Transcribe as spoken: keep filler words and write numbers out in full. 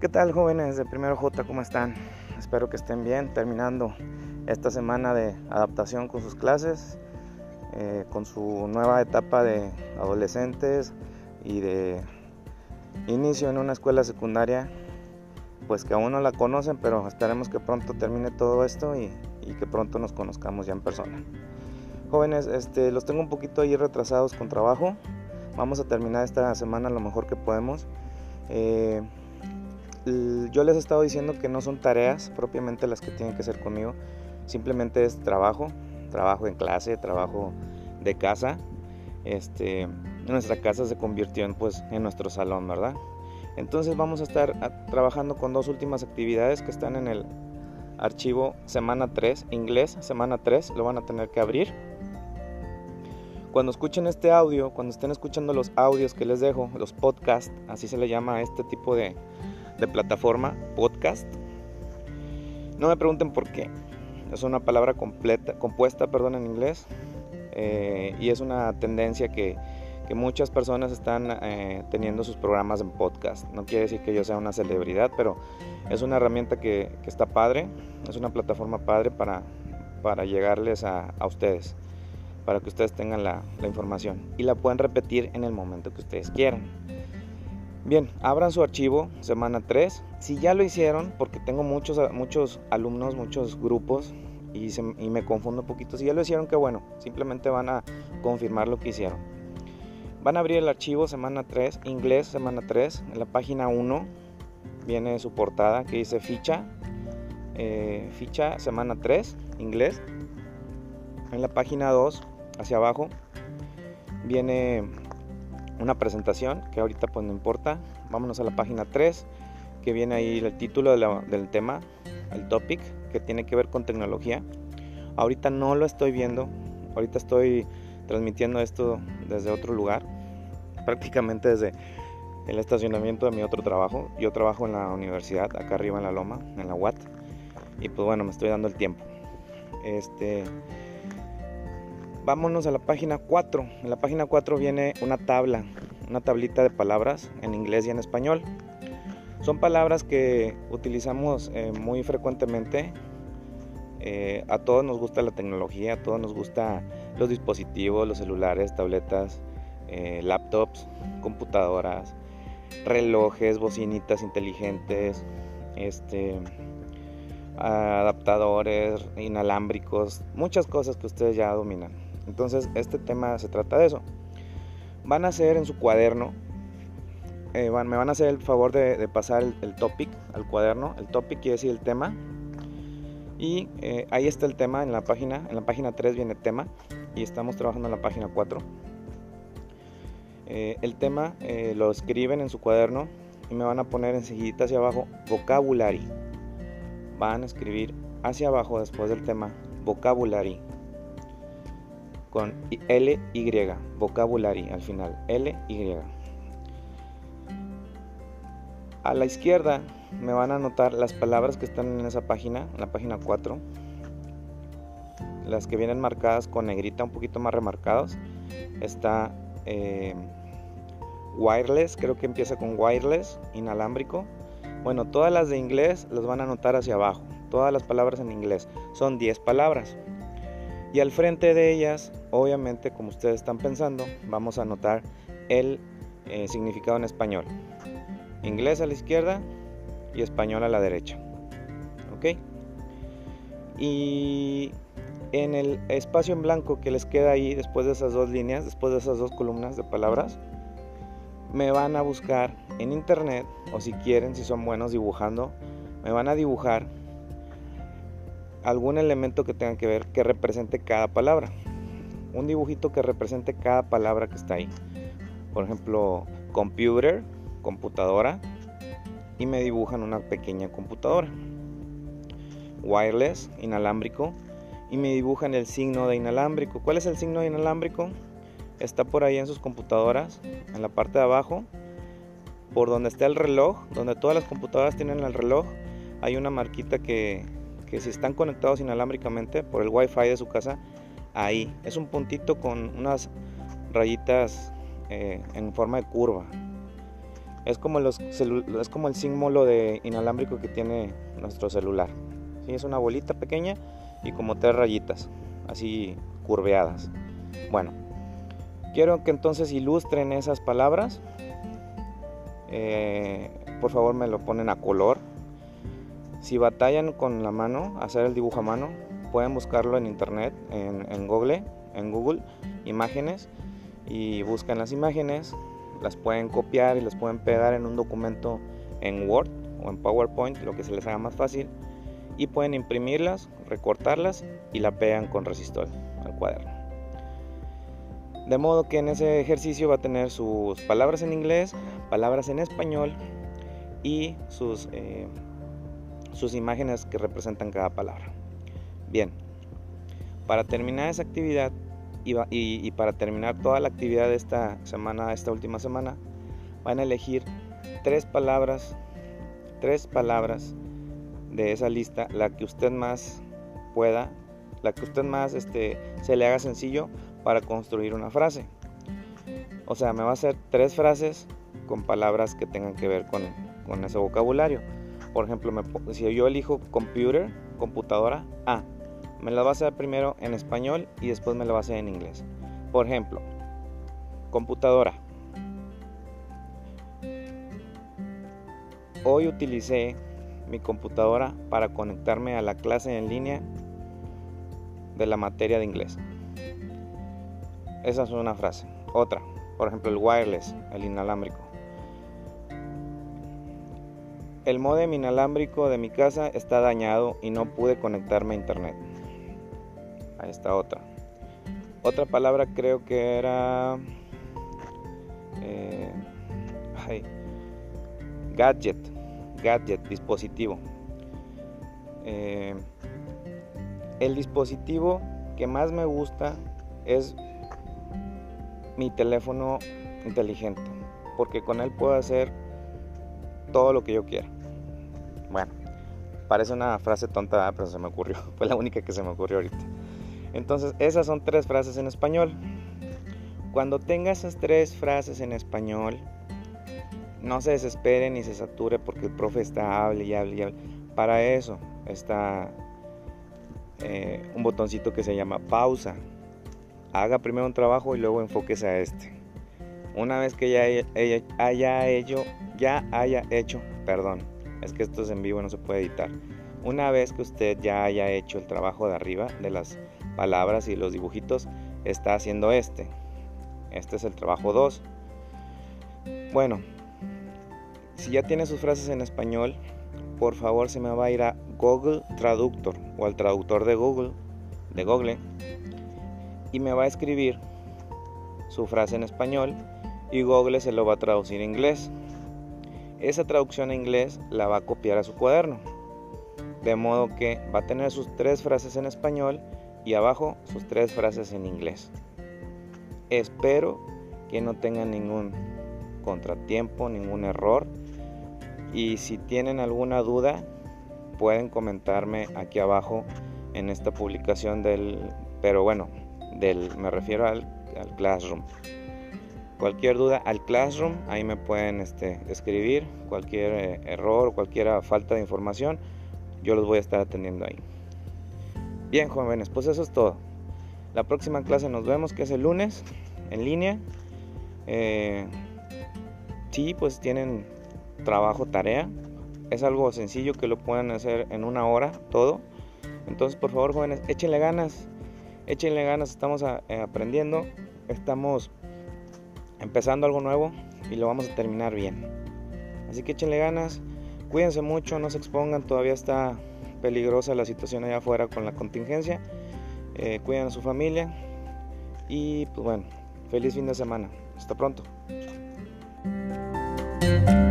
¿Qué tal, jóvenes de Primero J? ¿Cómo están? Espero que estén bien, terminando esta semana de adaptación con sus clases, eh, con su nueva etapa de adolescentes y de inicio en una escuela secundaria, pues que aún no la conocen, pero esperemos que pronto termine todo esto y, y que pronto nos conozcamos ya en persona. Jóvenes, este, los tengo un poquito ahí retrasados con trabajo. Vamos a terminar esta semana lo mejor que podemos. Eh, Yo les he estado diciendo que no son tareas propiamente las que tienen que hacer conmigo, simplemente es trabajo, trabajo en clase, trabajo de casa. Este, nuestra casa se convirtió en, pues, en nuestro salón, ¿verdad? Entonces vamos a estar a, trabajando con dos últimas actividades que están en el archivo semana tres, inglés, semana tres, lo van a tener que abrir. Cuando escuchen este audio, cuando estén escuchando los audios que les dejo, los podcasts, así se le llama a este tipo de de plataforma, podcast. No me pregunten por qué. Es una palabra completa, compuesta, perdón, en inglés, eh, y es una tendencia que, que muchas personas están eh, teniendo sus programas en podcast. No quiere decir que yo sea una celebridad, pero es una herramienta que, que está padre, es una plataforma padre para, para llegarles a, a ustedes, para que ustedes tengan la, la información y la puedan repetir en el momento que ustedes quieran. Bien, abran su archivo, semana tres. Si ya lo hicieron, porque tengo muchos, muchos alumnos, muchos grupos y, se, y me confundo un poquito. Si ya lo hicieron, qué bueno, simplemente van a confirmar lo que hicieron. Van a abrir el archivo semana tres, inglés semana tres. En la página uno viene su portada que dice ficha, eh, ficha semana tres, inglés. En la página dos, hacia abajo, viene una presentación que ahorita pues no importa. Vámonos a la página tres, que viene ahí el título de la, del tema, el topic, que tiene que ver con tecnología. Ahorita no lo estoy viendo, ahorita estoy transmitiendo esto desde otro lugar, prácticamente desde el estacionamiento de mi otro trabajo. Yo trabajo en la universidad, acá arriba en la loma, en la U A T, y pues bueno, me estoy dando el tiempo. Este... Vámonos a la página cuatro. En la página cuatro viene una tabla, una tablita de palabras en inglés y en español. Son palabras que utilizamos eh, muy frecuentemente. Eh, a todos nos gusta la tecnología, a todos nos gusta los dispositivos, los celulares, tabletas, eh, laptops, computadoras, relojes, bocinitas inteligentes, este, adaptadores inalámbricos, muchas cosas que ustedes ya dominan. Entonces este tema se trata de eso. Van a hacer en su cuaderno, eh, van, me van a hacer el favor de, de pasar el, el topic al cuaderno. El topic quiere decir el tema. Y eh, ahí está el tema en la página. En la página tres viene tema. Y estamos trabajando en la página cuatro. Eh, el tema eh, lo escriben en su cuaderno. Y me van a poner enseguida hacia abajo vocabulary. Van a escribir hacia abajo después del tema vocabulary. Con L Y, vocabulary al final, L Y. A la izquierda me van a anotar las palabras que están en esa página, en la página cuatro. Las que vienen marcadas con negrita, un poquito más remarcadas. Está eh, wireless, creo que empieza con wireless, inalámbrico. Bueno, todas las de inglés las van a anotar hacia abajo. Todas las palabras en inglés. Son diez palabras. Y al frente de ellas, obviamente, como ustedes están pensando, vamos a anotar el eh, significado en español. Inglés a la izquierda y español a la derecha. ¿Ok? Y en el espacio en blanco que les queda ahí, después de esas dos líneas, después de esas dos columnas de palabras, me van a buscar en internet, o si quieren, si son buenos dibujando, me van a dibujar algún elemento que tenga que ver, que represente cada palabra. Un dibujito que represente cada palabra que está ahí. Por ejemplo, computer, computadora, y me dibujan una pequeña computadora. Wireless, inalámbrico, y me dibujan el signo de inalámbrico. ¿Cuál es el signo de inalámbrico? Está por ahí en sus computadoras, en la parte de abajo, por donde está el reloj, donde todas las computadoras tienen el reloj, hay una marquita que que si están conectados inalámbricamente por el wifi de su casa, ahí es un puntito con unas rayitas eh, en forma de curva. Es como, los celu- es como el símbolo de inalámbrico que tiene nuestro celular. ¿Sí? Es una bolita pequeña y como tres rayitas, así curveadas. Bueno, quiero que entonces ilustren esas palabras. Eh, por favor me lo ponen a color. Si batallan con la mano, hacer el dibujo a mano, pueden buscarlo en internet, en, en Google, en Google Imágenes, y buscan las imágenes, las pueden copiar y las pueden pegar en un documento en Word o en PowerPoint, lo que se les haga más fácil, y pueden imprimirlas, recortarlas y la pegan con resistol al cuaderno. De modo que en ese ejercicio va a tener sus palabras en inglés, palabras en español y sus, eh, sus imágenes que representan cada palabra. Bien, para terminar esa actividad y, y, y para terminar toda la actividad de esta semana, esta última semana, van a elegir tres palabras, tres palabras de esa lista, la que usted más pueda, la que usted más este, se le haga sencillo para construir una frase. O sea, me va a hacer tres frases con palabras que tengan que ver con, con ese vocabulario. Por ejemplo, me, si yo elijo computer, computadora, ah, me la va a hacer primero en español y después me la va a hacer en inglés. Por ejemplo, computadora. Hoy utilicé mi computadora para conectarme a la clase en línea de la materia de inglés. Esa es una frase. Otra, por ejemplo, el wireless, el inalámbrico. El módem inalámbrico de mi casa está dañado y no pude conectarme a internet. Ahí está otra. Otra palabra creo que era eh, ay, gadget, gadget, dispositivo. Eh, el dispositivo que más me gusta es mi teléfono inteligente, porque con él puedo hacer todo lo que yo quiera. Bueno, parece una frase tonta, pero se me ocurrió, fue la única que se me ocurrió ahorita. Entonces, esas son tres frases en español. Cuando tenga esas tres frases en español, no se desespere ni se sature porque el profe está hable y hable y hable. Para eso está eh, un botoncito que se llama pausa. Haga primero un trabajo y luego enfóquese a este. Una vez que ya haya, haya hecho, ya haya hecho, perdón, es que esto es en vivo, no se puede editar. Una vez que usted ya haya hecho el trabajo de arriba, de las palabras y los dibujitos, está haciendo este. Este es el trabajo dos. Bueno, si ya tiene sus frases en español, por favor se me va a ir a Google Traductor o al traductor de Google, de Google, y me va a escribir su frase en español y Google se lo va a traducir en inglés. Esa traducción en inglés la va a copiar a su cuaderno, de modo que va a tener sus tres frases en español y abajo sus tres frases en inglés. Espero que no tengan ningún contratiempo, ningún error, y si tienen alguna duda pueden comentarme aquí abajo en esta publicación del, pero bueno, del, me refiero al, al Classroom. Cualquier duda al Classroom, ahí me pueden este, escribir cualquier eh, error o cualquier falta de información, yo los voy a estar atendiendo ahí. Bien, jóvenes, pues eso es todo. La próxima clase nos vemos, que es el lunes, en línea. Eh, sí, pues tienen trabajo, tarea. Es algo sencillo que lo pueden hacer en una hora, todo. Entonces, por favor, jóvenes, échenle ganas. Échenle ganas, estamos a, eh, aprendiendo. Estamos empezando algo nuevo y lo vamos a terminar bien. Así que échenle ganas. Cuídense mucho, no se expongan. Todavía está peligrosa la situación allá afuera con la contingencia. Eh, cuiden a su familia y pues bueno, feliz fin de semana. Hasta pronto.